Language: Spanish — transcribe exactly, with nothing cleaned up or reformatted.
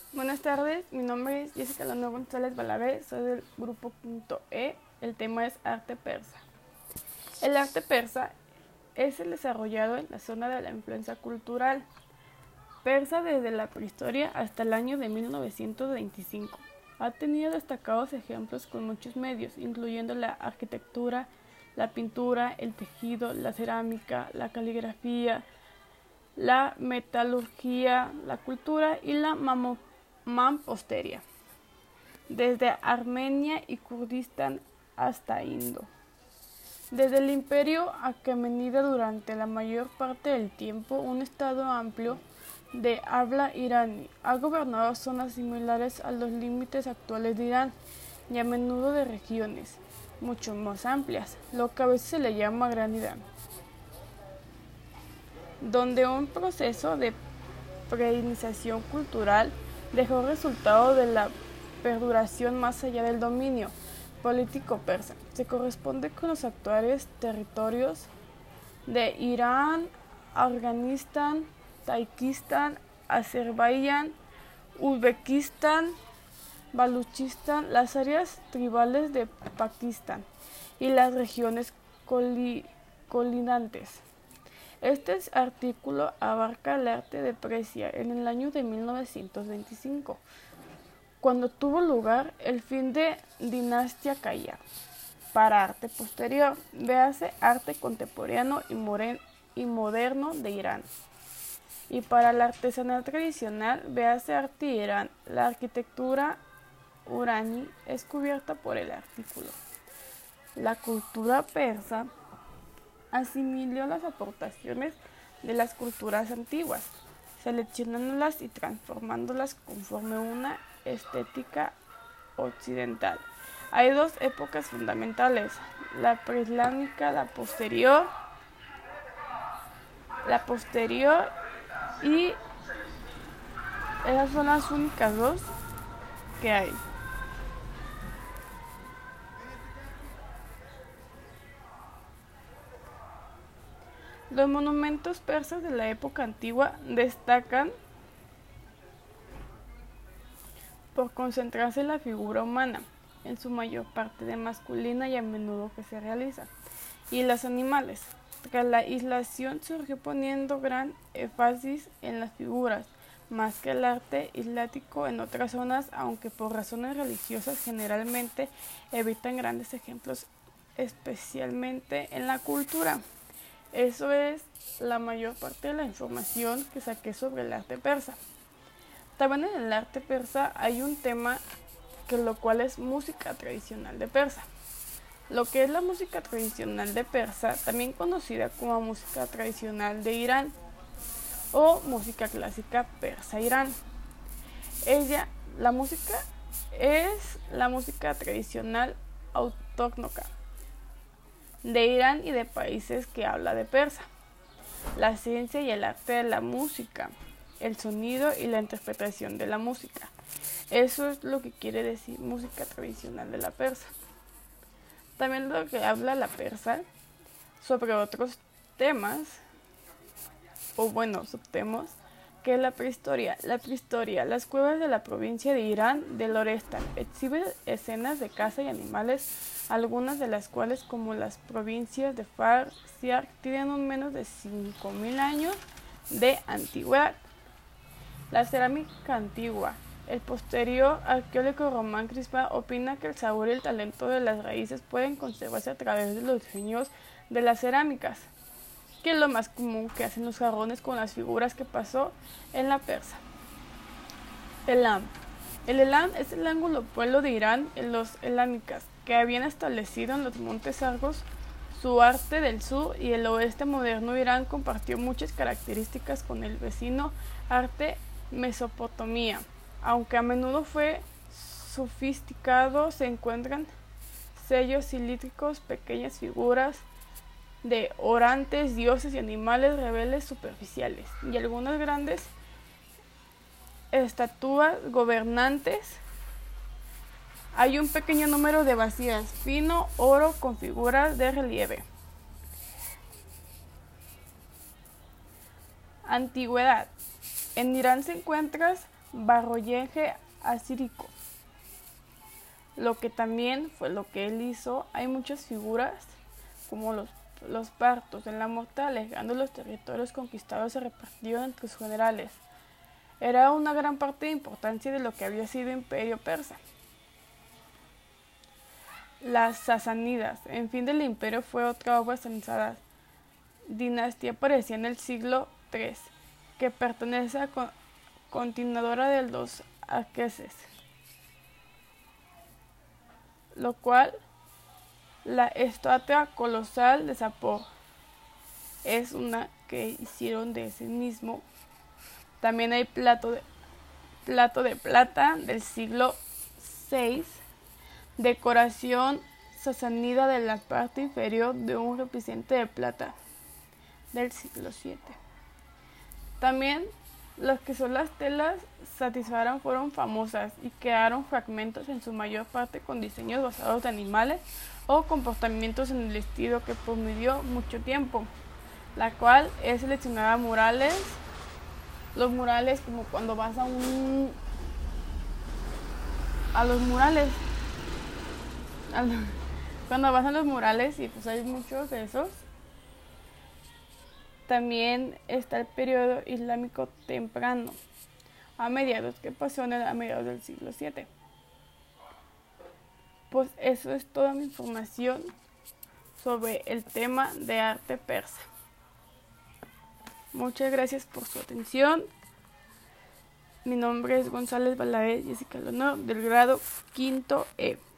Buenas tardes, mi nombre es Jessica Leonor González Balaguer, soy del grupo Punto E. El tema es arte persa. El arte persa es el desarrollado en la zona de la influencia cultural persa desde la prehistoria hasta el año de mil novecientos veinticinco. Ha tenido destacados ejemplos con muchos medios, incluyendo la arquitectura, la pintura, el tejido, la cerámica, la caligrafía, la metalurgia, la cultura y la mampostería, desde Armenia y Kurdistán hasta Indo. Desde el imperio aquemenida durante la mayor parte del tiempo, un estado amplio de habla iraní ha gobernado zonas similares a los límites actuales de Irán y a menudo de regiones mucho más amplias, lo que a veces se le llama Gran Irán, donde un proceso de preinización cultural dejó resultado de la perduración más allá del dominio político persa. Se corresponde con los actuales territorios de Irán, Afganistán, Tayikistán, Azerbaiyán, Uzbekistán, Baluchistán, las áreas tribales de Pakistán y las regiones colindantes. Este artículo abarca el arte de Persia en el año de mil novecientos veinticinco, cuando tuvo lugar el fin de dinastía Kaya. Para arte posterior, véase arte contemporáneo y, y moderno de Irán. Y para la artesanal tradicional, véase arte Irán. La arquitectura iraní es cubierta por el artículo. La cultura persa asimiló las aportaciones de las culturas antiguas, seleccionándolas y transformándolas conforme una estética occidental. Hay dos épocas fundamentales: la preislámica, la posterior, la posterior y esas son las únicas dos que hay. Los monumentos persas de la época antigua destacan por concentrarse en la figura humana, en su mayor parte de masculina y a menudo que se realiza, y los animales. Tras la islación surgió poniendo gran énfasis en las figuras, más que el arte islático en otras zonas, aunque por razones religiosas generalmente evitan grandes ejemplos, especialmente en la cultura. Eso es la mayor parte de la información que saqué sobre el arte persa. También en el arte persa hay un tema que lo cual es música tradicional de Persa. Lo que es la música tradicional de Persa, también conocida como música tradicional de Irán o música clásica persa-Irán. Ella, la música es la música tradicional autóctona de Irán y de países que habla de persa. La ciencia y el arte de la música, el sonido y la interpretación de la música. Eso es lo que quiere decir música tradicional de la persa. También lo que habla la persa sobre otros temas, o bueno, subtemas, que es la prehistoria. La prehistoria, las cuevas de la provincia de Irán de Lorestán exhiben escenas de caza y animales, algunas de las cuales, como las provincias de Fars y Arc, tienen un menos de cinco mil años de antigüedad. La cerámica antigua. El posterior arqueólogo Román Crispa opina que el sabor y el talento de las raíces pueden conservarse a través de los diseños de las cerámicas, que es lo más común que hacen los jarrones con las figuras que pasó en la persa. Elam. El Elam es el ángulo pueblo de Irán en los elámicas, que habían establecido en los montes Argos su arte del sur y el oeste moderno. Irán compartió muchas características con el vecino arte Mesopotamia. Aunque a menudo fue sofisticado, se encuentran sellos cilíndricos, pequeñas figuras de orantes, dioses y animales rebeldes superficiales, y algunas grandes estatuas gobernantes. Hay un pequeño número de vasijas fino oro con figuras de relieve. Antigüedad. En Irán se encuentran Barroyeje asírico, lo que también fue lo que él hizo. Hay muchas figuras como los, los partos. En la muerte alejando los territorios conquistados se repartieron entre sus generales. Era una gran parte de importancia de lo que había sido imperio persa. Las sasánidas, en fin del imperio, fue otra obra estrenzada. Dinastía aparecía en el siglo tres, que pertenece a co continuadora de los aqueses, lo cual la estatua colosal de Sapor es una que hicieron de ese mismo. También hay plato de, plato de plata del siglo seis, decoración sasánida de la parte inferior de un recipiente de plata del siglo siete. También las que son las telas satisfaron fueron famosas y quedaron fragmentos en su mayor parte con diseños basados en animales o comportamientos en el estilo que promedió mucho tiempo, la cual es seleccionada murales. Los murales, como cuando vas a un a los murales a los, cuando vas a los murales y pues hay muchos de esos. También está el periodo islámico temprano, a mediados, que pasó en el, a mediados del siglo siete. Pues eso es toda mi información sobre el tema de arte persa. Muchas gracias por su atención. Mi nombre es González Valadez Jessica Leonor, del grado quinto E.